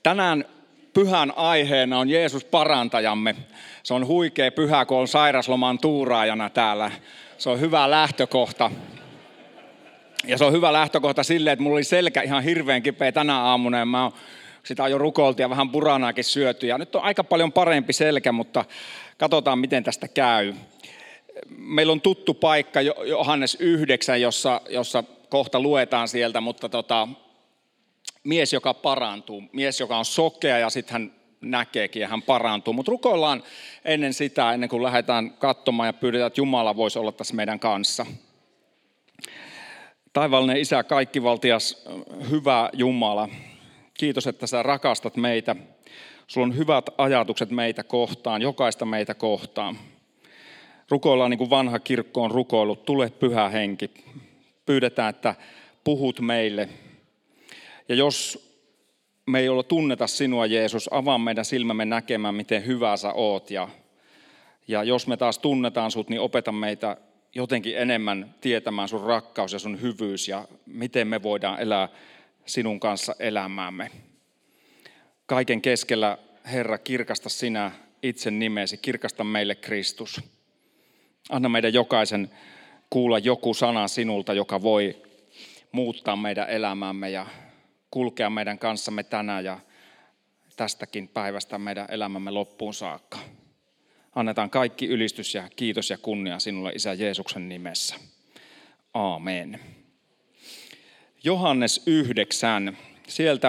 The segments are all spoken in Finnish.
Tänään pyhän aiheena on Jeesus parantajamme. Se on huikea pyhä, kun on sairasloman tuuraajana täällä. Se on hyvä lähtökohta. Ja se on hyvä lähtökohta silleen, että mulla oli selkä ihan hirveän kipeä tänä aamuna. Ja sitä on jo rukoiltu ja vähän puranaakin syöty. Ja nyt on aika paljon parempi selkä, mutta katsotaan miten tästä käy. Meillä on tuttu paikka Johannes 9, jossa kohta luetaan sieltä, mutta mies, joka parantuu. Mies, joka on sokea ja sitten hän näkeekin ja hän parantuu. Mutta rukoillaan ennen sitä, ennen kuin lähdetään katsomaan ja pyydetään, että Jumala voisi olla tässä meidän kanssa. Taivaallinen Isä, kaikkivaltias, hyvä Jumala. Kiitos, että sä rakastat meitä. Sulla on hyvät ajatukset meitä kohtaan, jokaista meitä kohtaan. Rukoillaan niin kuin vanha kirkko on rukoillut. Tule Pyhä Henki. Pyydetään, että puhut meille. Ja jos me ei olla tunneta sinua, Jeesus, avaa meidän silmämme näkemään, miten hyvä sä oot. Ja jos me taas tunnetaan sut, niin opeta meitä jotenkin enemmän tietämään sun rakkaus ja sun hyvyys ja miten me voidaan elää sinun kanssa elämäämme. Kaiken keskellä, Herra, kirkasta sinä itse nimesi, kirkasta meille Kristus. Anna meidän jokaisen kuulla joku sana sinulta, joka voi muuttaa meidän elämäämme ja kulkea meidän kanssamme tänään ja tästäkin päivästä meidän elämämme loppuun saakka. Annetaan kaikki ylistys ja kiitos ja kunnia sinulle, Isä Jeesuksen nimessä. Aamen. Johannes 9, sieltä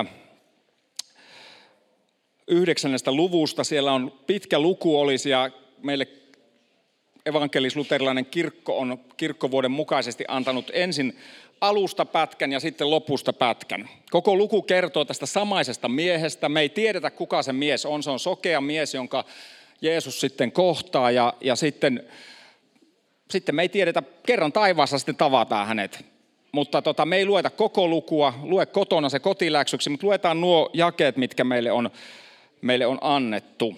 9. luvusta, siellä on pitkä luku olisi ja meille evankelis-luterilainen kirkko on kirkkovuoden mukaisesti antanut ensin alusta pätkän ja sitten lopusta pätkän. Koko luku kertoo tästä samaisesta miehestä. Me ei tiedetä, kuka se mies on. Se on sokea mies, jonka Jeesus sitten kohtaa ja sitten me ei tiedetä, kerran taivaassa sitten tavataan hänet. Mutta me ei lueta koko lukua, lue kotona se kotiläksyksi, mutta luetaan nuo jakeet, mitkä meille on annettu.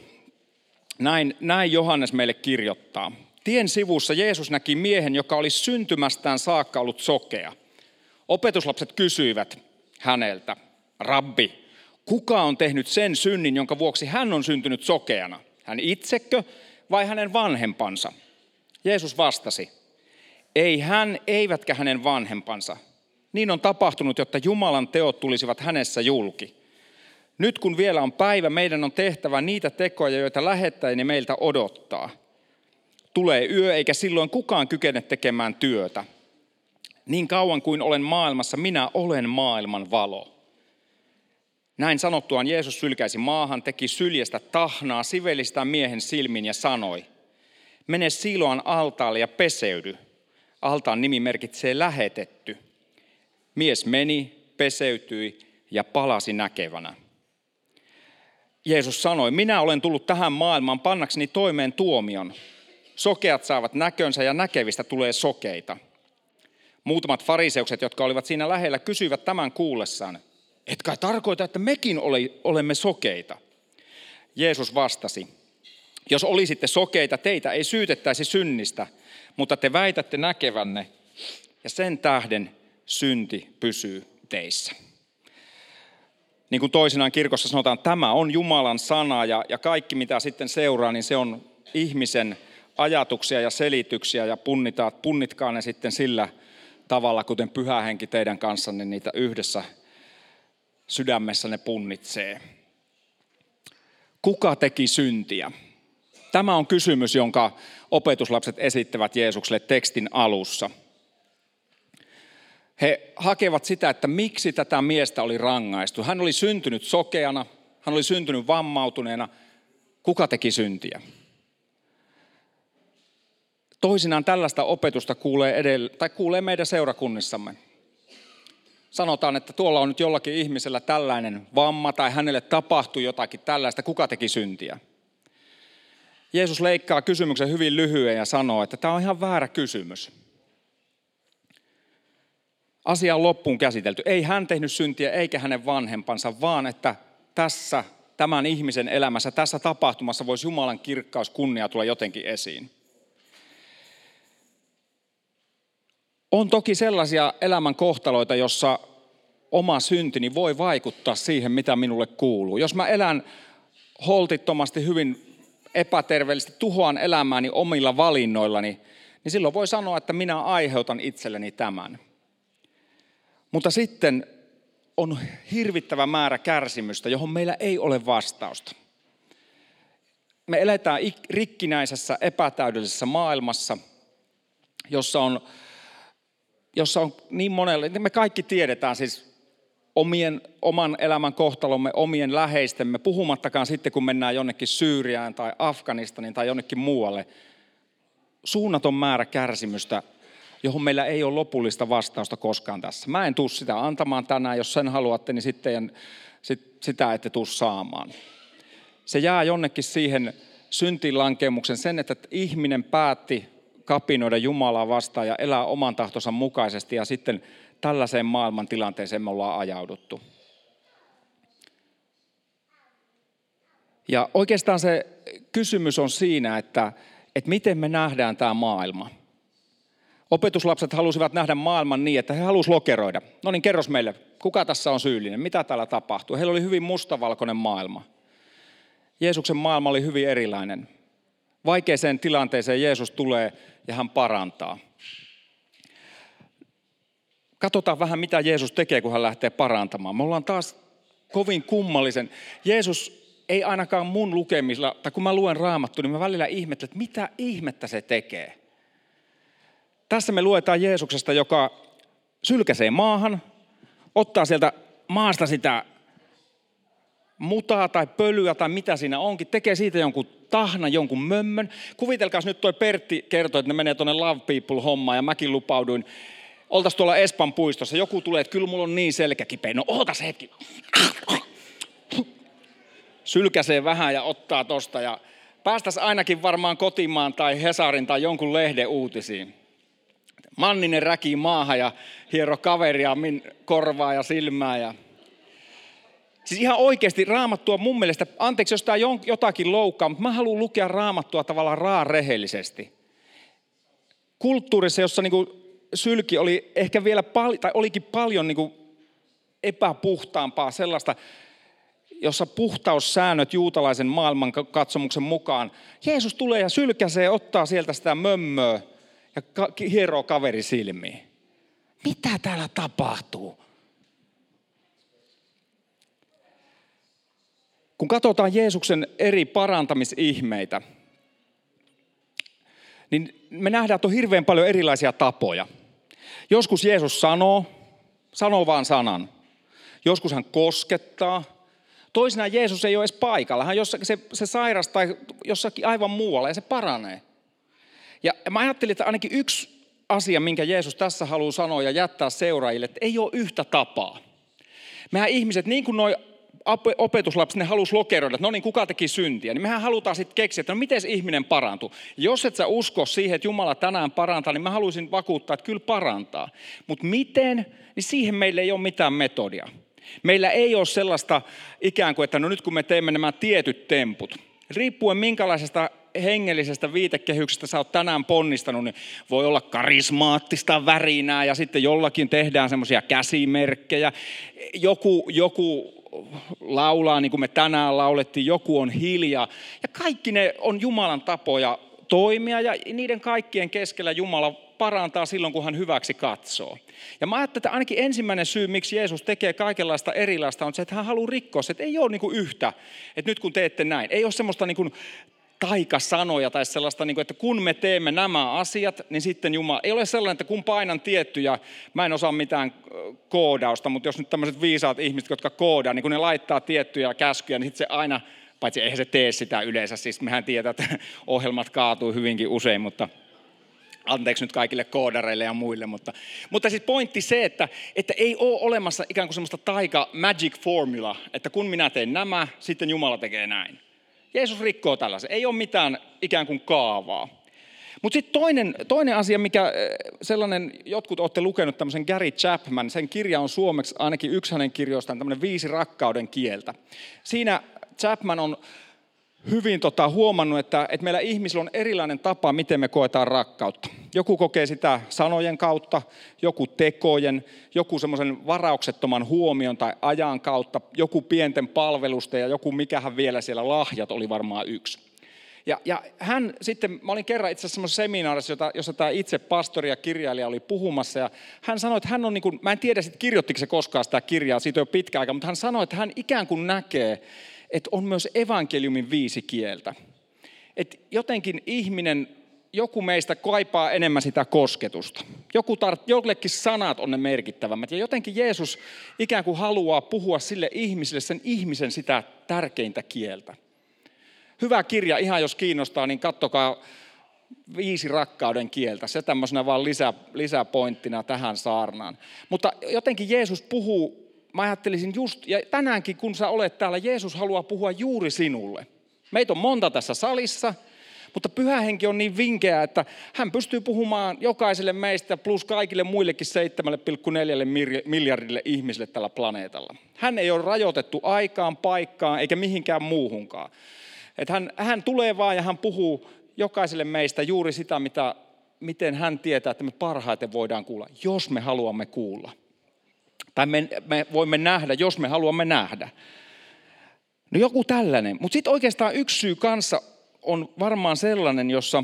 Näin Johannes meille kirjoittaa. Tien sivussa Jeesus näki miehen, joka oli syntymästään saakka ollut sokea. Opetuslapset kysyivät häneltä, Rabbi, kuka on tehnyt sen synnin, jonka vuoksi hän on syntynyt sokeana? Hän itsekö vai hänen vanhempansa? Jeesus vastasi, ei hän eivätkä hänen vanhempansa. Niin on tapahtunut, jotta Jumalan teot tulisivat hänessä julki. Nyt kun vielä on päivä, meidän on tehtävä niitä tekoja, joita lähettäjäni meiltä odottaa. Tulee yö, eikä silloin kukaan kykene tekemään työtä. Niin kauan kuin olen maailmassa, minä olen maailman valo. Näin sanottuaan Jeesus sylkäisi maahan, teki syljestä tahnaa, siveli sitä miehen silmin ja sanoi, mene Siloan altaalle ja peseydy. Altaan nimi merkitsee lähetetty. Mies meni, peseytyi ja palasi näkevänä. Jeesus sanoi, minä olen tullut tähän maailmaan pannakseni toimeen tuomion. Sokeat saavat näkönsä ja näkevistä tulee sokeita. Muutamat fariseukset, jotka olivat siinä lähellä, kysyivät tämän kuullessaan, et kai tarkoita, että mekin olemme sokeita. Jeesus vastasi, jos olisitte sokeita, teitä ei syytettäisi synnistä, mutta te väitätte näkevänne ja sen tähden synti pysyy teissä. Niin kuin toisinaan kirkossa sanotaan, tämä on Jumalan sana ja kaikki mitä sitten seuraa, niin se on ihmisen ajatuksia ja selityksiä ja punnitkaa ne sitten sillä tavalla, kuten Pyhä Henki teidän kanssanne niitä yhdessä sydämessä ne punnitsee. Kuka teki syntiä? Tämä on kysymys, jonka opetuslapset esittävät Jeesukselle tekstin alussa. He hakevat sitä, että miksi tätä miestä oli rangaistu. Hän oli syntynyt sokeana, hän oli syntynyt vammautuneena. Kuka teki syntiä? Toisinaan tällaista opetusta kuulee meidän seurakunnissamme. Sanotaan, että tuolla on nyt jollakin ihmisellä tällainen vamma tai hänelle tapahtui jotakin tällaista. Kuka teki syntiä? Jeesus leikkaa kysymyksen hyvin lyhyen ja sanoo, että tämä on ihan väärä kysymys. Asia on loppuun käsitelty. Ei hän tehnyt syntiä eikä hänen vanhempansa, vaan että tässä tämän ihmisen elämässä, tässä tapahtumassa voisi Jumalan kirkkaus, kunnia tulla jotenkin esiin. On toki sellaisia elämän kohtaloita, jossa oma syntini voi vaikuttaa siihen, mitä minulle kuuluu. Jos mä elän holtittomasti, hyvin epäterveellisesti, tuhoan elämääni omilla valinnoillani, niin silloin voi sanoa, että minä aiheutan itselleni tämän. Mutta sitten on hirvittävä määrä kärsimystä, johon meillä ei ole vastausta. Me eletään rikkinäisessä, epätäydellisessä maailmassa, jossa on niin monelle, me kaikki tiedetään siis oman elämän kohtalomme, omien läheistemme, puhumattakaan sitten, kun mennään jonnekin Syyriaan tai Afganistaniin tai jonnekin muualle. Suunnaton määrä kärsimystä, johon meillä ei ole lopullista vastausta koskaan tässä. Mä en tule sitä antamaan tänään, jos sen haluatte, niin sitten sitä ette tule saamaan. Se jää jonnekin siihen syntiinlankeemuksen sen, että ihminen päätti kapinoida Jumalaa vastaan ja elää oman tahtonsa mukaisesti, ja sitten tällaiseen maailman tilanteeseen me ollaan ajauduttu. Ja oikeastaan se kysymys on siinä, että miten me nähdään tämä maailma. Opetuslapset halusivat nähdä maailman niin, että he halusivat lokeroida. No niin, kerros meille, kuka tässä on syyllinen, mitä täällä tapahtuu. Heillä oli hyvin mustavalkoinen maailma. Jeesuksen maailma oli hyvin erilainen. Vaikeeseen tilanteeseen Jeesus tulee ja hän parantaa. Katsotaan vähän, mitä Jeesus tekee, kun hän lähtee parantamaan. Me ollaan taas kovin kummallisen. Jeesus ei ainakaan mun lukemilla, tai kun mä luen Raamattua, niin mä välillä ihmettelen, että mitä ihmettä se tekee. Tässä me luetaan Jeesuksesta, joka sylkäsee maahan, ottaa sieltä maasta sitä mutaa tai pölyä tai mitä siinä onkin, tekee siitä jonkun tahnan, jonkun mömmön. Kuvitelkaas nyt toi Pertti kertoi, että ne menee tuonne Love People-hommaan ja mäkin lupauduin. Oltaisiin tuolla Espan puistossa, joku tulee, että kyllä mulla on niin selkäkipeä. No ootas hetki. Sylkäsee vähän ja ottaa tosta ja päästäisiin ainakin varmaan Kotimaan tai Hesarin tai jonkun lehden uutisiin. Manninen räkii maahan ja hiero kaveria korvaa ja silmää. Siis ihan oikeasti Raamattua mun mielestä, anteeksi jos tämä jotakin loukkaa, mutta mä haluan lukea Raamattua tavallaan rehellisesti. Kulttuurissa, jossa niinku sylki oli ehkä vielä tai olikin paljon niinku epäpuhtaampaa sellaista, jossa puhtaussäännöt juutalaisen maailman katsomuksen mukaan. Jeesus tulee ja sylkäsee, ottaa sieltä sitä mömmöä ja hieroo kaveri silmiin. Mitä täällä tapahtuu? Kun katsotaan Jeesuksen eri parantamisihmeitä, niin me nähdään, että on hirveän paljon erilaisia tapoja. Joskus Jeesus sanoo vaan sanan. Joskus hän koskettaa. Toisinaan Jeesus ei ole edes paikalla. Hän se sairastaa jossakin aivan muualla ja se paranee. Ja mä ajattelin, että ainakin yksi asia, minkä Jeesus tässä haluaa sanoa ja jättää seuraajille, että ei ole yhtä tapaa. Mehän ihmiset, niin kuin noi opetuslapset, ne halusi lokeroida, että no niin, kuka teki syntiä, niin mehän halutaan sitten keksiä, että no miten ihminen parantuu. Jos et sä usko siihen, että Jumala tänään parantaa, niin mä haluaisin vakuuttaa, että kyllä parantaa. Mutta miten, niin siihen meillä ei ole mitään metodia. Meillä ei ole sellaista ikään kuin, että no nyt kun me teemme nämä tietyt temput, riippuen minkälaisesta hengellisestä viitekehyksestä sä oot tänään ponnistanut, niin voi olla karismaattista värinää ja sitten jollakin tehdään semmoisia käsimerkkejä. Joku laulaa niin kuin me tänään laulettiin, joku on hiljaa. Ja kaikki ne on Jumalan tapoja toimia ja niiden kaikkien keskellä Jumala parantaa silloin, kun hän hyväksi katsoo. Ja mä ajattelen, että ainakin ensimmäinen syy, miksi Jeesus tekee kaikenlaista erilaista, on se, että hän haluaa rikkoa se, että ei ole niin kuin yhtä, että nyt kun teette näin, ei ole semmoista niin kuin taikasanoja tai sellaista, että kun me teemme nämä asiat, niin sitten Jumala, ei ole sellainen, että kun painan tiettyjä, mä en osaa mitään koodausta, mutta jos nyt tämmöiset viisaat ihmiset, jotka koodaa, niin kun ne laittaa tiettyjä käskyjä, niin sitten se aina, paitsi eihän se tee sitä yleensä, siis mehän tiedetään, että ohjelmat kaatuu hyvinkin usein, mutta anteeksi nyt kaikille koodareille ja muille, mutta siis pointti se, että ei ole olemassa ikään kuin semmoista taika magic formula, että kun minä teen nämä, sitten Jumala tekee näin. Jeesus rikkoo tällaisen. Ei ole mitään ikään kuin kaavaa. Mutta sitten toinen asia, mikä sellainen, jotkut olette lukenut tämmöisen Gary Chapman, sen kirja on suomeksi ainakin yksi hänen kirjoistaan, tämmöinen 5 rakkauden kieltä. Siinä Chapman on hyvin huomannut, että meillä ihmisillä on erilainen tapa, miten me koetaan rakkautta. Joku kokee sitä sanojen kautta, joku tekojen, joku semmoisen varauksettoman huomion tai ajan kautta, joku pienten palvelusta ja joku mikähän vielä siellä, lahjat oli varmaan yksi. Ja hän sitten, mä olin kerran itse asiassa semmoisessa seminaarissa, jossa tämä itse pastori ja kirjailija oli puhumassa, ja hän sanoi, että hän on niin kuin, mä en tiedä sitten kirjoittiko se koskaan sitä kirjaa, siitä on jo pitkä aika, mutta hän sanoi, että hän ikään kuin näkee, että on myös evankeliumin 5 kieltä. Että jotenkin ihminen, joku meistä kaipaa enemmän sitä kosketusta. Jollekin sanat on ne merkittävämmät. Ja jotenkin Jeesus ikään kuin haluaa puhua sille ihmiselle sen ihmisen sitä tärkeintä kieltä. Hyvä kirja, ihan jos kiinnostaa, niin katsokaa 5 rakkauden kieltä. Se tämmöisenä vaan lisäpointtina tähän saarnaan. Mutta jotenkin Jeesus puhuu, mä ajattelisin just, ja tänäänkin kun sä olet täällä, Jeesus haluaa puhua juuri sinulle. Meitä on monta tässä salissa, mutta Pyhä Henki on niin vinkeä, että hän pystyy puhumaan jokaiselle meistä plus kaikille muillekin 7,4 miljardille ihmisille tällä planeetalla. Hän ei ole rajoitettu aikaan, paikkaan eikä mihinkään muuhunkaan. Että hän tulee vaan ja hän puhuu jokaiselle meistä juuri sitä, miten hän tietää, että me parhaiten voidaan kuulla, jos me haluamme kuulla. Tai me voimme nähdä, jos me haluamme nähdä. No joku tällainen. Mutta sitten oikeastaan yksi syy kanssa on varmaan sellainen, jossa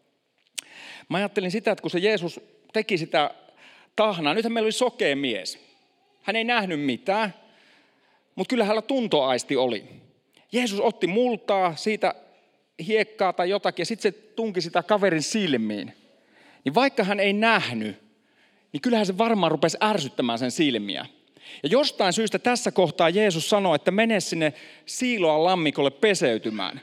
mä ajattelin sitä, että kun se Jeesus teki sitä tahnaa, nythän meillä oli sokea mies. Hän ei nähnyt mitään, mutta kyllä hänellä tuntoaisti oli. Jeesus otti multaa, siitä hiekkaa tai jotakin, ja sitten se tunki sitä kaverin silmiin. Niin vaikka hän ei nähnyt, niin kyllähän se varmaan rupesi ärsyttämään sen silmiä. Ja jostain syystä tässä kohtaa Jeesus sanoi, että mene sinne Siiloan lammikolle peseytymään.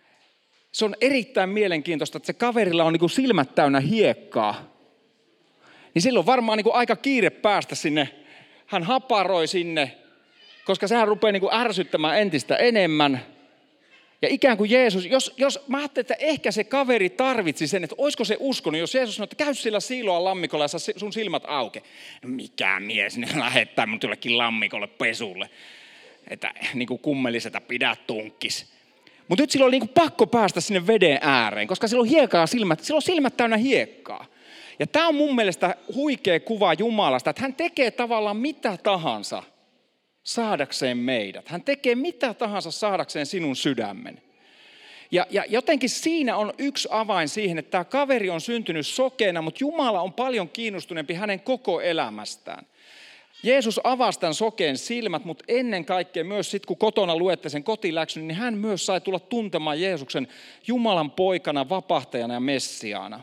Se on erittäin mielenkiintoista, että se kaverilla on niin kuin silmät täynnä hiekkaa. Niin silloin varmaan niin kuin aika kiire päästä sinne. Hän haparoi sinne, koska sehän rupeaa niin kuin ärsyttämään entistä enemmän. Ja ikään kuin Jeesus, jos mä ajattelin, että ehkä se kaveri tarvitsi sen, että olisiko se uskonut, jos Jeesus sanoi, että käy sillä Siiloan lammikolla ja saa sun silmät auki. No mikä mies ne lähettää mut jollekin lammikolle pesulle. Että niin kuin kummelisetä pidä tunkkis. Mutta nyt sillä oli niin kuin pakko päästä sinne veden ääreen, koska sillä on hiekkaa silmät, sillä on silmät täynnä hiekkaa. Ja tämä on mun mielestä huikea kuva Jumalasta, että hän tekee tavallaan mitä tahansa saadakseen meidät. Hän tekee mitä tahansa saadakseen sinun sydämen. Ja jotenkin siinä on yksi avain siihen, että tämä kaveri on syntynyt sokeena, mutta Jumala on paljon kiinnostuneempi hänen koko elämästään. Jeesus avasi tämän sokeen silmät, mutta ennen kaikkea myös sitten, kun kotona luette sen kotiläksyn, niin hän myös sai tulla tuntemaan Jeesuksen Jumalan poikana, vapahtajana ja Messiaana.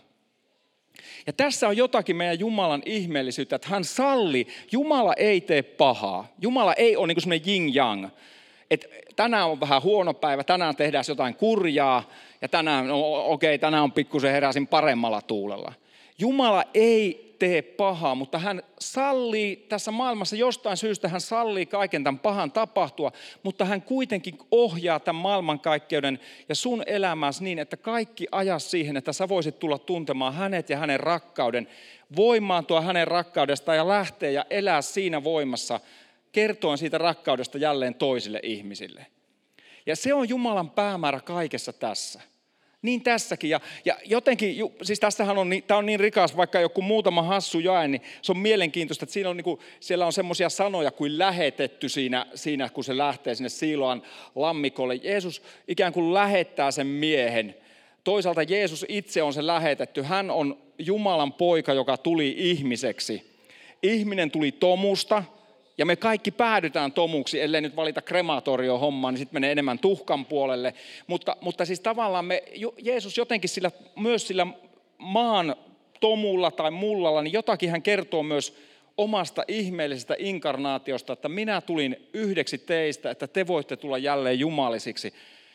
Ja tässä on jotakin meidän Jumalan ihmeellisyyttä, että hän sallii, Jumala ei tee pahaa. Jumala ei ole niin kuin semmoinen yin-yang, että tänään on vähän huono päivä, tänään tehdään jotain kurjaa ja tänään, tänään on pikkusen heräsin paremmalla tuulella. Jumala ei tee pahaa, mutta hän sallii tässä maailmassa jostain syystä, hän sallii kaiken tämän pahan tapahtua, mutta hän kuitenkin ohjaa tämän maailmankaikkeuden ja sun elämäsi niin, että kaikki ajaa siihen, että sä voisit tulla tuntemaan hänet ja hänen rakkauden, voimaantua hänen rakkaudestaan ja lähteä ja elää siinä voimassa, kertoen siitä rakkaudesta jälleen toisille ihmisille. Ja se on Jumalan päämäärä kaikessa tässä. Niin tässäkin. Ja jotenkin, siis tässähän on, tämä on niin rikas, vaikka joku muutama hassu jae, niin se on mielenkiintoista, että siinä on, siellä on semmoisia sanoja kuin lähetetty siinä, kun se lähtee sinne Siiloan lammikolle. Jeesus ikään kuin lähettää sen miehen. Toisaalta Jeesus itse on se lähetetty. Hän on Jumalan poika, joka tuli ihmiseksi. Ihminen tuli tomusta. Ja me kaikki päädytään tomuksi, ellei nyt valita krematorio-hommaa, niin sitten menee enemmän tuhkan puolelle. Mutta siis tavallaan Jeesus jotenkin myös sillä maan tomulla tai mullalla, niin jotakin hän kertoo myös omasta ihmeellisestä inkarnaatiosta, että minä tulin yhdeksi teistä, että te voitte tulla jälleen jumalisiksi.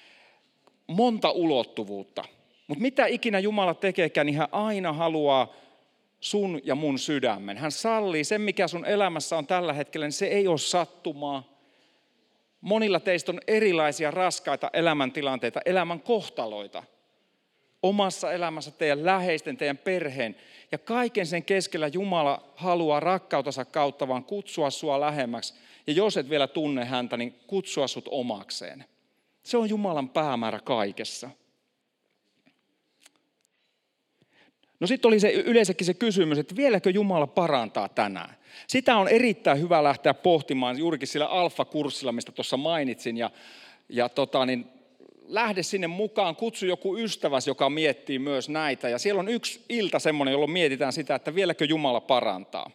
Monta ulottuvuutta. Mutta mitä ikinä Jumala tekeekään, niin hän aina haluaa sun ja mun sydämen. Hän sallii sen, mikä sun elämässä on tällä hetkellä, niin se ei ole sattumaa. Monilla teistä on erilaisia raskaita elämäntilanteita, elämän kohtaloita. Omassa elämässä teidän läheisten, teidän perheen. Ja kaiken sen keskellä Jumala haluaa rakkautensa kautta vaan kutsua sua lähemmäksi. Ja jos et vielä tunne häntä, niin kutsua sut omakseen. Se on Jumalan päämäärä kaikessa. No sitten oli se yleensäkin se kysymys, että vieläkö Jumala parantaa tänään? Sitä on erittäin hyvä lähteä pohtimaan juurikin sillä alfa-kurssilla, mistä tuossa mainitsin. Lähde sinne mukaan, kutsu joku ystäväsi, joka miettii myös näitä. Ja siellä on yksi ilta semmoinen, jolloin mietitään sitä, että vieläkö Jumala parantaa.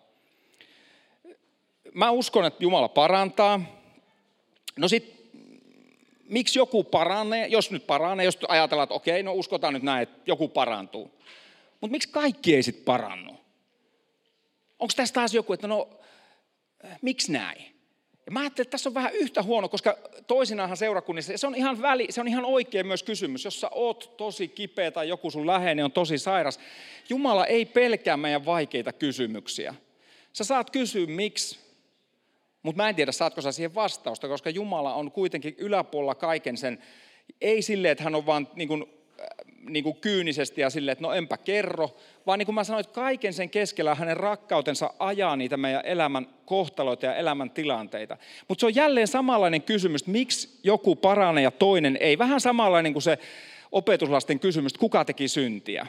Mä uskon, että Jumala parantaa. No sitten, miksi joku paranee, jos ajatellaan, että okei, no uskotaan nyt näin, että joku parantuu. Mutta miksi kaikki ei sitten parannu? Onko tässä taas joku, että miksi näin? Ja mä ajattelin, että tässä on vähän yhtä huono, koska toisinaanhan seurakunnissa, se on ihan oikea myös kysymys, jos sä oot tosi kipeä tai joku sun läheinen on tosi sairas. Jumala ei pelkää meidän vaikeita kysymyksiä. Sä saat kysyä miksi, mutta mä en tiedä saatko sä siihen vastausta, koska Jumala on kuitenkin yläpuolella kaiken sen. Ei silleen, että hän on vaan niin kuin kyynisesti ja silleen, että enpä kerro, vaan niin kuin mä sanoin, että kaiken sen keskellä hänen rakkautensa ajaa niitä meidän elämän kohtaloita ja elämän tilanteita. Mutta se on jälleen samanlainen kysymys, että miksi joku paranee ja toinen ei. Vähän samanlainen kuin se opetuslasten kysymys, että kuka teki syntiä.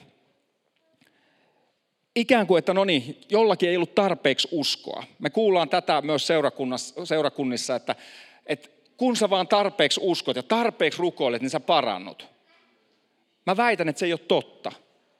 Ikään kuin, että jollakin ei ollut tarpeeksi uskoa. Me kuullaan tätä myös seurakunnissa, että kun sä vaan tarpeeksi uskot ja tarpeeksi rukoilet, niin sä parannut. Mä väitän, että se ei ole totta.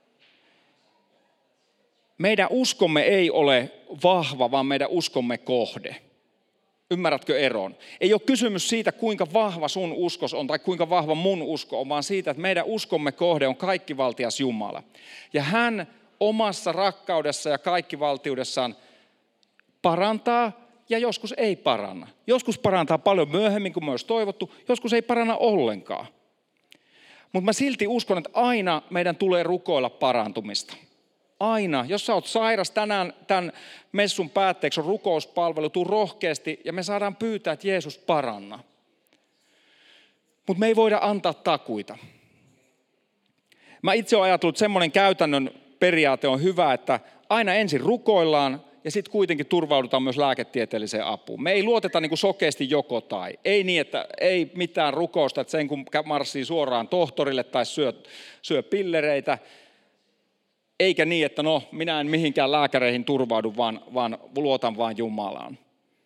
Meidän uskomme ei ole vahva, vaan meidän uskomme kohde. Ymmärrätkö eron? Ei ole kysymys siitä, kuinka vahva sun uskos on tai kuinka vahva mun usko on, vaan siitä, että meidän uskomme kohde on kaikkivaltias Jumala. Ja hän omassa rakkaudessa ja kaikkivaltiudessaan parantaa ja joskus ei paranna. Joskus parantaa paljon myöhemmin kuin me olisi toivottu, joskus ei paranna ollenkaan. Mutta mä silti uskon, että aina meidän tulee rukoilla parantumista. Aina. Jos sä oot sairas tänään tämän messun päätteeksi on rukouspalvelu, tuu rohkeasti ja me saadaan pyytää, että Jeesus paranna. Mutta me ei voida antaa takuita. Mä itse olen ajatellut, että semmoinen käytännön periaate on hyvä, että aina ensin rukoillaan ja sitten kuitenkin turvaudutaan myös lääketieteelliseen apuun. Me ei luoteta niin kuin sokeasti joko tai. Ei niin, että ei mitään rukousta, että sen kun marssii suoraan tohtorille tai syö pillereitä. Eikä niin, että minä en mihinkään lääkäreihin turvaudu, vaan luotan vaan Jumalaan.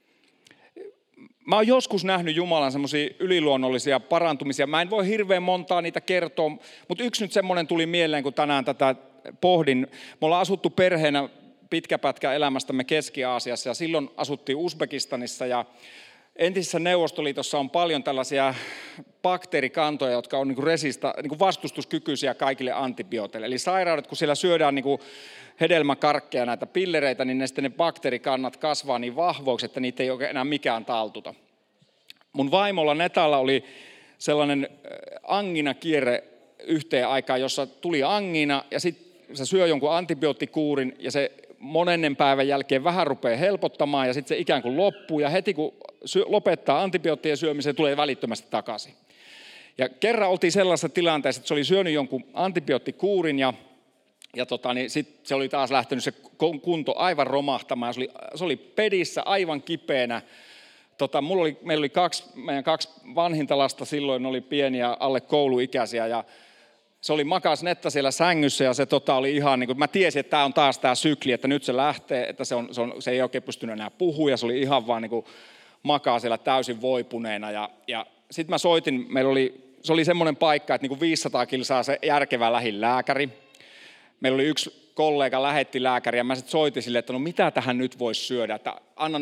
Mä oon joskus nähnyt Jumalan semmoisia yliluonnollisia parantumisia. Mä en voi hirveän montaa niitä kertoa, mutta yksi nyt semmoinen tuli mieleen, kun tänään tätä pohdin. Me ollaan asuttu perheenä pitkä pätkä elämästämme Keski-Aasiassa ja silloin asuttiin Uzbekistanissa ja entisessä Neuvostoliitossa on paljon tällaisia bakteerikantoja, jotka on niin vastustuskykyisiä kaikille antibiooteille. Eli sairaudet, kun siellä syödään niin hedelmäkarkkeja näitä pillereitä, niin ne bakteerikannat kasvaa niin vahvoiksi, että niitä ei oikein enää mikään taltuta. Mun vaimolla Netalla oli sellainen anginakierre yhteen aikaan, jossa tuli angina ja sitten se syö jonkun antibioottikuurin ja se monennen päivän jälkeen vähän rupeaa helpottamaan ja sitten se ikään kuin loppuu ja heti kun lopettaa antibioottien syömisen, tulee välittömästi takaisin. Ja kerran oltiin sellaisessa tilanteessa, että se oli syönyt jonkun antibioottikuurin ja sitten se oli taas lähtenyt se kunto aivan romahtamaan. Se oli pedissä aivan kipeänä. Meillä oli meidän kaksi vanhinta lasta silloin, ne oli pieniä, alle kouluikäisiä ja se oli makas Netta siellä sängyssä ja se oli ihan niin kuin, mä tiesin, että tämä on taas tämä sykli, että nyt se lähtee, että se ei oikein pystynyt enää puhua ja se oli ihan vaan niin kuin makaa siellä täysin voipuneena. Ja sitten mä soitin, se oli semmoinen paikka, että niin kuin 500 kilsaa se järkevä lähin lääkäri. Meillä oli yksi kollega lähetti lääkäri ja mä sitten soitin sille, että mitä tähän nyt voisi syödä, että anna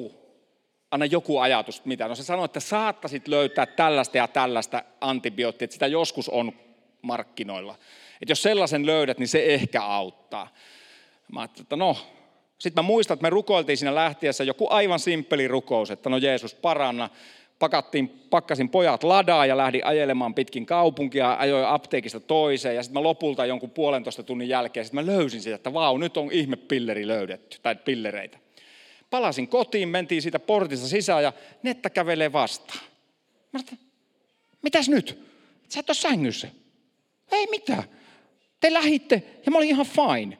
joku ajatus, mitä. Se sanoi, että saattaisit löytää tällaista ja tällaista antibioottia, että sitä joskus on markkinoilla. Että jos sellaisen löydät, niin se ehkä auttaa. Mä ajattelin, että Sitten mä muistan, että me rukoiltiin siinä lähtiessä joku aivan simppeli rukous, että Jeesus paranna. Pakkasin pojat ladaa ja lähdin ajelemaan pitkin kaupunkia, ajoin apteekista toiseen ja sitten mä lopulta jonkun 1,5 tunnin jälkeen sitten mä löysin sitä, että vau, nyt on ihmepilleri löydetty, tai pillereitä. Palasin kotiin, mentiin siitä portista sisään ja Netta kävelee vastaan. Mä sanoin, mitäs nyt? Sä et ole sängyssä. Ei mitään. Te lähitte ja mä olin ihan fine.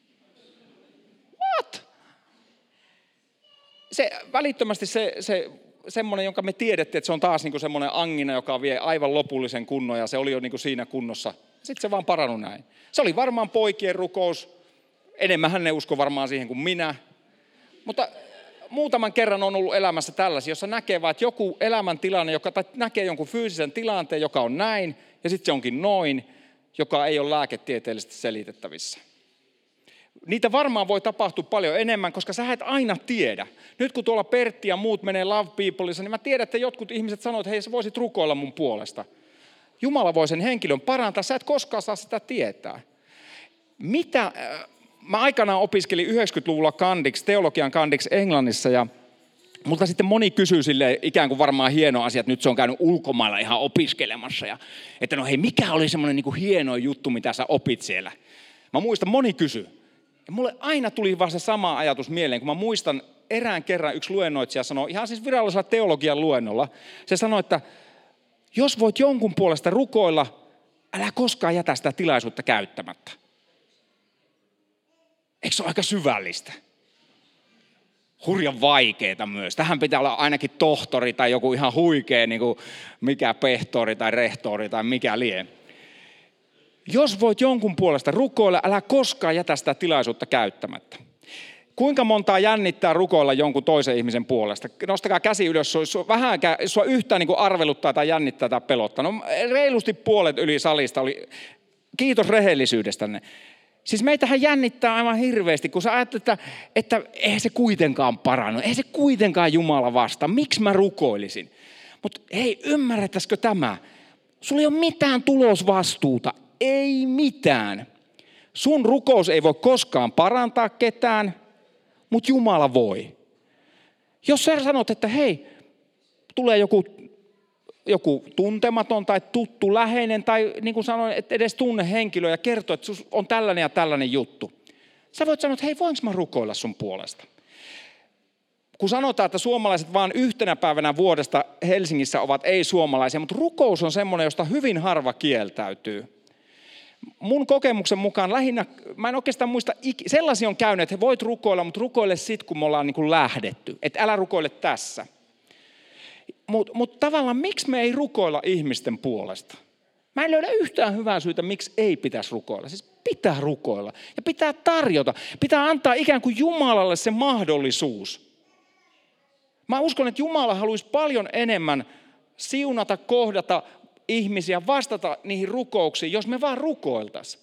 What? Välittömästi se semmoinen, jonka me tiedettiin, että se on taas niin kuin semmoinen angina, joka vie aivan lopullisen kunnon ja se oli jo niin kuin siinä kunnossa. Sitten se vaan parannut näin. Se oli varmaan poikien rukous. Enemmän ne usko varmaan siihen kuin minä. Mutta muutaman kerran on ollut elämässä tällaisia, jossa näkee vaan, että joku elämäntilanne, tai näkee jonkun fyysisen tilanteen, joka on näin, ja sitten se onkin noin, joka ei ole lääketieteellisesti selitettävissä. Niitä varmaan voi tapahtua paljon enemmän, koska sä et aina tiedä. Nyt kun tuolla Pertti ja muut menee Love Peopleissa, niin mä tiedän, että jotkut ihmiset sanoo, että hei, sä voisit rukoilla mun puolesta. Jumala voi sen henkilön parantaa, sä et koskaan saa sitä tietää. Mä aikanaan opiskelin 90-luvulla teologian kandiksi Englannissa ja multa sitten moni kysyy silleen ikään kuin varmaan hieno asia, että nyt se on käynyt ulkomailla ihan opiskelemassa. Ja, että no hei, mikä oli semmoinen niin kuin hieno juttu, mitä sä opit siellä? Mä muistan, moni kysyi. Ja mulle aina tuli vaan se sama ajatus mieleen, kun mä muistan erään kerran yksi luennoitsija sanoi, ihan siis virallisella teologian luennolla, se sanoi, että jos voit jonkun puolesta rukoilla, älä koskaan jätä sitä tilaisuutta käyttämättä. Eikö se ole aika syvällistä? Hurjan vaikeeta myös. Tähän pitää olla ainakin tohtori tai joku ihan huikea, niin kuin mikä pehtori tai rehtori tai mikä lie. Jos voit jonkun puolesta rukoilla, älä koskaan jätä sitä tilaisuutta käyttämättä. Kuinka montaa jännittää rukoilla jonkun toisen ihmisen puolesta? Nostakaa käsi ylös, jos sua yhtään niin kuin arveluttaa tai jännittää tai pelottaa. No reilusti puolet yli salista oli. Kiitos rehellisyydestänne. Siis meitähän jännittää aivan hirveästi, kun sä ajattelet, että eihän se kuitenkaan parannu, eihän se kuitenkaan Jumala vastaa. Miksi mä rukoilisin? Mutta hei, ymmärrettäisikö tämä? Sulla ei ole mitään tulosvastuuta, ei mitään. Sun rukous ei voi koskaan parantaa ketään, mutta Jumala voi. Jos sä sanot, että hei, tulee joku tuntematon tai tuttu läheinen tai niin kuin sanoin, että edes tunne henkilö ja kertoo, että on tällainen ja tällainen juttu. Sä voit sanoa, että hei, voinko mä rukoilla sun puolesta? Kun sanotaan, että suomalaiset vaan yhtenä päivänä vuodesta Helsingissä ovat ei-suomalaisia, mutta rukous on semmoinen, josta hyvin harva kieltäytyy. Mun kokemuksen mukaan lähinnä, mä en oikeastaan muista, sellaisia on käynyt, että he voit rukoilla, mutta rukoile sit, kun me ollaan niin kuin lähdetty. Että älä rukoile tässä. Mutta tavallaan miksi me ei rukoilla ihmisten puolesta? Mä en löydä yhtään hyvää syytä, miksi ei pitäisi rukoilla. Siis pitää rukoilla ja pitää tarjota. Pitää antaa ikään kuin Jumalalle se mahdollisuus. Mä uskon, että Jumala haluaisi paljon enemmän siunata, kohdata ihmisiä, vastata niihin rukouksiin, jos me vaan rukoiltaisiin.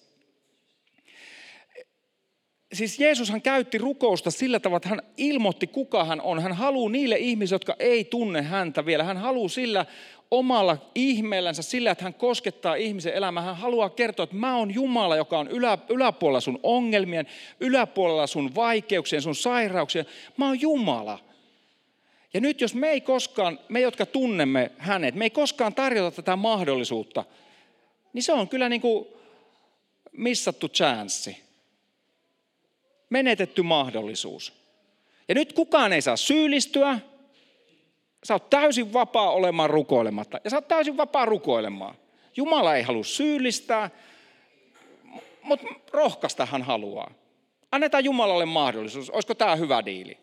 Siis Jeesushan käytti rukousta sillä tavalla, että hän ilmoitti, kuka hän on. Hän haluaa niille ihmisille, jotka ei tunne häntä vielä. Hän haluaa sillä omalla ihmeellänsä, sillä, että hän koskettaa ihmisen elämää. Hän haluaa kertoa, että mä oon Jumala, joka on yläpuolella sun ongelmien, yläpuolella sun vaikeuksien, sun sairauksien. Mä oon Jumala. Ja nyt jos me ei koskaan, me jotka tunnemme hänet, me ei koskaan tarjota tätä mahdollisuutta, niin se on kyllä niin kuin missattu chanssi. Menetetty mahdollisuus. Ja nyt kukaan ei saa syyllistyä. Sä oot täysin vapaa olemaan rukoilematta. Ja sä oot täysin vapaa rukoilemaan. Jumala ei halua syyllistää, mutta rohkaista hän haluaa. Annetaan Jumalalle mahdollisuus. Olisiko tämä hyvä diili?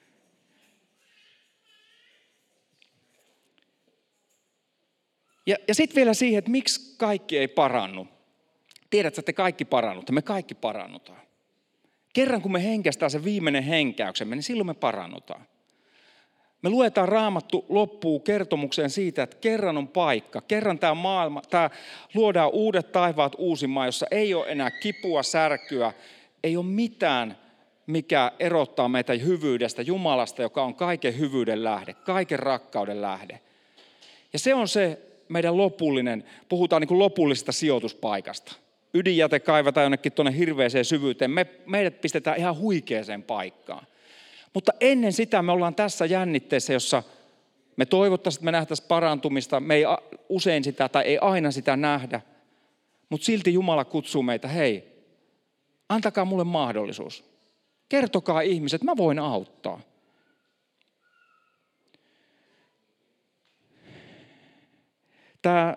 Ja sitten vielä siihen, että miksi kaikki ei parannu. Tiedätkö, että te kaikki parannutte. Me kaikki parannutaan. Kerran kun me henkästään se viimeinen henkäyksemme, niin silloin me parannutaan. Me luetaan Raamattu loppuun kertomukseen siitä, että kerran on paikka. Kerran tämä maailma, luodaan uudet taivaat, uusi maa, jossa ei ole enää kipua, särkyä. Ei ole mitään, mikä erottaa meitä hyvyydestä, Jumalasta, joka on kaiken hyvyyden lähde, kaiken rakkauden lähde. Ja se on se meidän lopullinen, puhutaan niin kuin lopullisesta sijoituspaikasta. Ydinjäte kaivataan jonnekin tuonne hirveäseen syvyyteen. Meidät pistetään ihan huikeeseen paikkaan. Mutta ennen sitä me ollaan tässä jännitteessä, jossa me toivottaisiin, että me nähtäisiin parantumista. Me ei usein sitä tai ei aina sitä nähdä. Mutta silti Jumala kutsuu meitä, hei, antakaa mulle mahdollisuus. Kertokaa ihmiset, mä voin auttaa. Tämä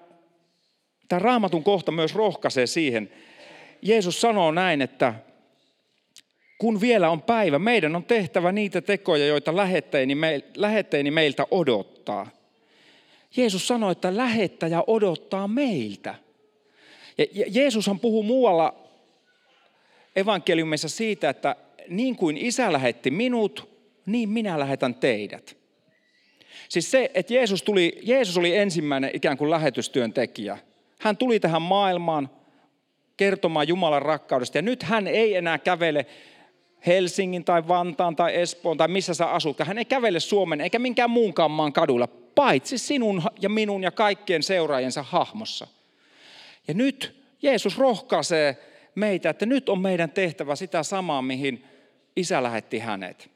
Raamatun kohta myös rohkaisee siihen. Jeesus sanoo näin, että kun vielä on päivä, meidän on tehtävä niitä tekoja, joita lähettäjäni meiltä odottaa. Jeesus sanoi, että lähettäjä odottaa meiltä. Ja Jeesushan puhuu muualla evankeliumissa siitä, että niin kuin Isä lähetti minut, niin minä lähetän teidät. Siis se, että Jeesus oli ensimmäinen ikään kuin lähetystyöntekijä. Hän tuli tähän maailmaan kertomaan Jumalan rakkaudesta. Ja nyt hän ei enää kävele Helsingin tai Vantaan tai Espoon tai missä sä asutkaan. Hän ei kävele Suomen eikä minkään muunkaan maan kaduilla, paitsi sinun ja minun ja kaikkien seuraajiensa hahmossa. Ja nyt Jeesus rohkaisee meitä, että nyt on meidän tehtävä sitä samaa, mihin Isä lähetti hänet.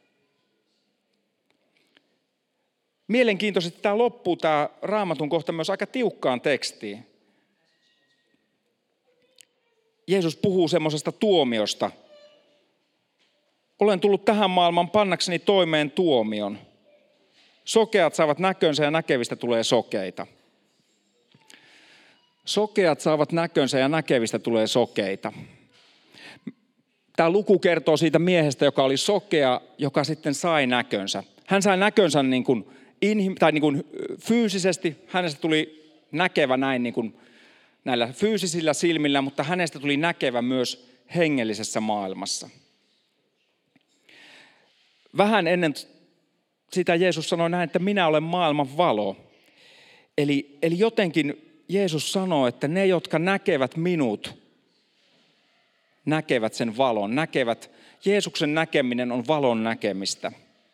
Mielenkiintoisesti tämä loppuu, tämä Raamatun kohta myös aika tiukkaan tekstiin. Jeesus puhuu semmoisesta tuomiosta. Olen tullut tähän maailmaan pannakseni toimeen tuomion. Sokeat saavat näkönsä ja näkevistä tulee sokeita. Sokeat saavat näkönsä ja näkevistä tulee sokeita. Tämä luku kertoo siitä miehestä, joka oli sokea, joka sitten sai näkönsä. Hän sai näkönsä niin kuin fyysisesti, hänestä tuli näkevä näin niin kuin näillä fyysisillä silmillä, mutta hänestä tuli näkevä myös hengellisessä maailmassa. Vähän ennen sitä Jeesus sanoi näin, että minä olen maailman valo. Eli jotenkin Jeesus sanoo, että ne, jotka näkevät minut, näkevät sen valon. Jeesuksen näkeminen on valon näkemistä.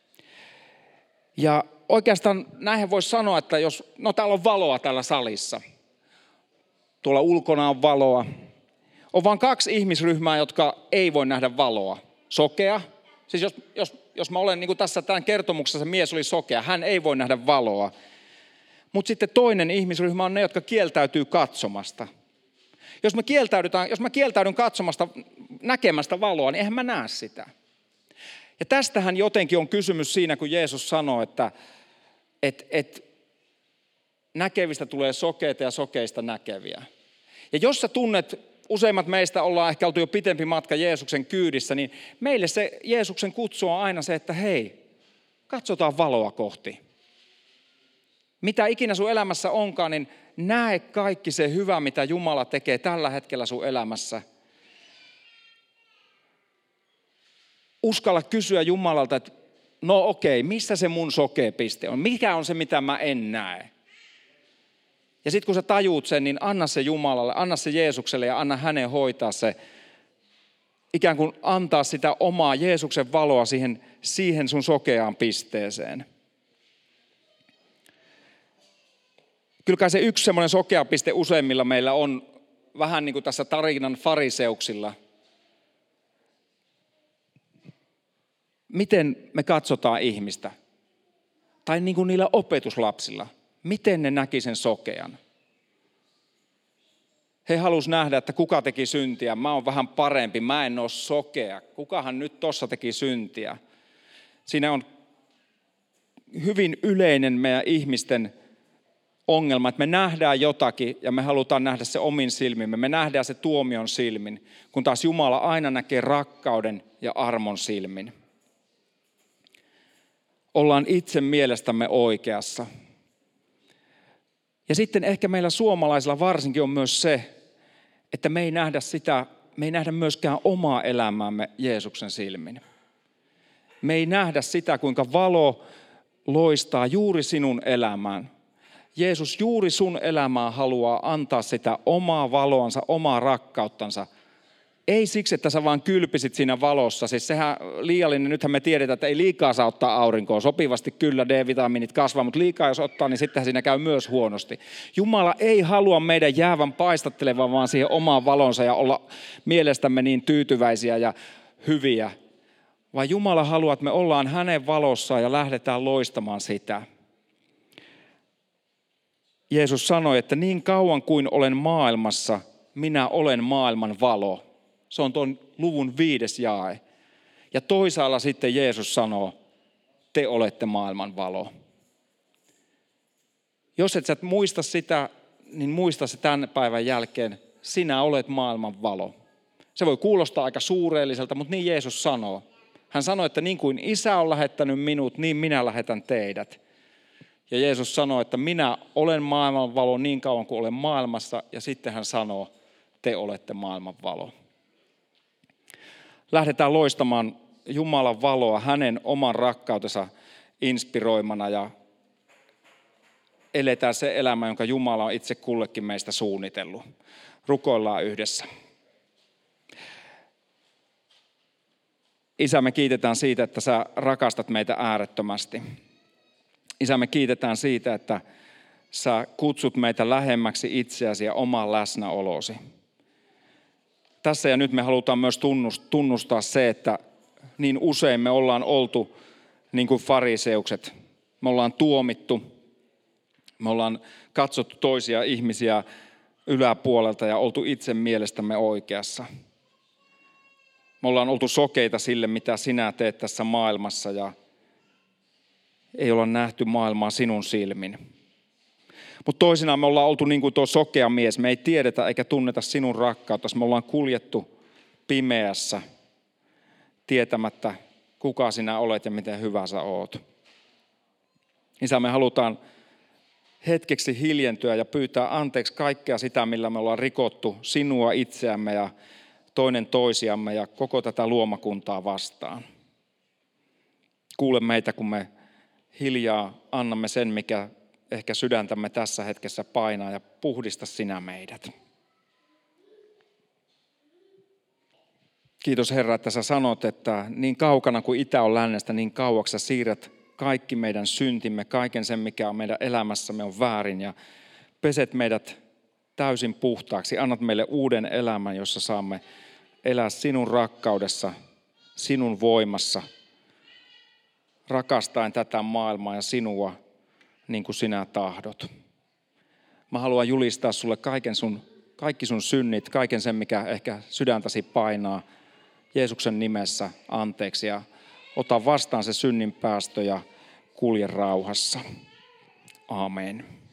Ja oikeastaan näinhän voisi sanoa, että täällä on valoa täällä salissa. Tuolla ulkona on valoa. On vain 2 ihmisryhmää, jotka ei voi nähdä valoa. Sokea. Siis jos mä olen niin kuin tässä tämän kertomuksessa, se mies oli sokea, hän ei voi nähdä valoa. Mutta sitten toinen ihmisryhmä on ne, jotka kieltäytyy katsomasta. Jos mä kieltäydyn katsomasta, näkemästä valoa, niin eihän mä näe sitä. Ja tästähän jotenkin on kysymys siinä, kun Jeesus sanoo, että näkevistä tulee sokeita ja sokeista näkeviä. Ja jos sä tunnet, useimmat meistä ollaan ehkä oltu jo pitempi matka Jeesuksen kyydissä, niin meille se Jeesuksen kutsu on aina se, että hei, katsotaan valoa kohti. Mitä ikinä sun elämässä onkaan, niin näe kaikki se hyvä, mitä Jumala tekee tällä hetkellä sun elämässä. Uskalla kysyä Jumalalta, että no okei, missä se mun sokea piste on? Mikä on se, mitä mä en näe? Ja sitten kun sä tajuut sen, niin anna se Jumalalle, anna se Jeesukselle ja anna hänen hoitaa se. Ikään kuin antaa sitä omaa Jeesuksen valoa siihen sun sokeaan pisteeseen. Kyllä kai se yksi semmoinen sokea piste useimmilla meillä on vähän niin kuin tässä tarinan fariseuksilla. Miten me katsotaan ihmistä? Tai niin kuin niillä opetuslapsilla. Miten ne näki sen sokean? He halusivat nähdä, että kuka teki syntiä. Mä oon vähän parempi, mä en ole sokea. Kukahan nyt tossa teki syntiä? Siinä on hyvin yleinen meidän ihmisten ongelma, että me nähdään jotakin ja me halutaan nähdä se omin silmimme. Me nähdään se tuomion silmin, kun taas Jumala aina näkee rakkauden ja armon silmin. Ollaan itse mielestämme oikeassa. Ja sitten ehkä meillä suomalaisilla varsinkin on myös se, että me ei nähdä myöskään omaa elämäämme Jeesuksen silmin. Me ei nähdä sitä, kuinka valo loistaa juuri sinun elämään. Jeesus juuri sun elämään haluaa antaa sitä omaa valoansa, omaa rakkauttansa. Ei siksi, että sä vaan kylpisit siinä valossa. Siis sehän liiallinen, nythän me tiedetään, että ei liikaa saa ottaa aurinkoa. Sopivasti kyllä D-vitamiinit kasvaa, mutta liikaa jos ottaa, niin sittenhän siinä käy myös huonosti. Jumala ei halua meidän jäävän paistattelevan vaan siihen omaan valonsa ja olla mielestämme niin tyytyväisiä ja hyviä. Vaan Jumala haluaa, että me ollaan hänen valossaan ja lähdetään loistamaan sitä. Jeesus sanoi, että niin kauan kuin olen maailmassa, minä olen maailman valo. Se on tuon luvun 5. jae. Ja toisaalla sitten Jeesus sanoo, te olette maailman valo. Jos et sä muista sitä, niin muista se tämän päivän jälkeen, sinä olet maailman valo. Se voi kuulostaa aika suureelliselta, mutta niin Jeesus sanoo. Hän sanoi, että niin kuin Isä on lähettänyt minut, niin minä lähetän teidät. Ja Jeesus sanoi, että minä olen maailman valo niin kauan kuin olen maailmassa. Ja sitten hän sanoo, te olette maailman valo. Lähdetään loistamaan Jumalan valoa hänen oman rakkautensa inspiroimana ja eletään se elämä, jonka Jumala on itse kullekin meistä suunnitellut. Rukoillaan yhdessä. Isä, me kiitetään siitä, että sä rakastat meitä äärettömästi. Isä, me kiitetään siitä, että sä kutsut meitä lähemmäksi itseäsi ja oman läsnäolosi. Tässä ja nyt me halutaan myös tunnustaa se, että niin usein me ollaan oltu niin kuin fariseukset. Me ollaan tuomittu, me ollaan katsottu toisia ihmisiä yläpuolelta ja oltu itse mielestämme oikeassa. Me ollaan oltu sokeita sille, mitä sinä teet tässä maailmassa ja ei olla nähty maailmaa sinun silmin. Mutta toisinaan me ollaan oltu niin kuin tuo sokea mies. Me ei tiedetä eikä tunneta sinun rakkauttasi. Me ollaan kuljettu pimeässä tietämättä, kuka sinä olet ja miten hyvä sä oot. Isä, me halutaan hetkeksi hiljentyä ja pyytää anteeksi kaikkea sitä, millä me ollaan rikottu sinua itseämme ja toinen toisiamme ja koko tätä luomakuntaa vastaan. Kuule meitä, kun me hiljaa annamme sen, mikä ehkä sydäntämme tässä hetkessä painaa ja puhdista sinä meidät. Kiitos Herra, että sä sanot, että niin kaukana kuin itä on lännestä, niin kauaksi sä siirrät kaikki meidän syntimme, kaiken sen, mikä on meidän elämässämme on väärin ja peset meidät täysin puhtaaksi. Annat meille uuden elämän, jossa saamme elää sinun rakkaudessa, sinun voimassa, rakastaen tätä maailmaa ja sinua niin kuin sinä tahdot. Mä haluan julistaa sulle kaikki sun synnit, kaiken sen, mikä ehkä sydäntäsi painaa Jeesuksen nimessä anteeksi ja ota vastaan se synnin päästö ja kulje rauhassa. Aamen.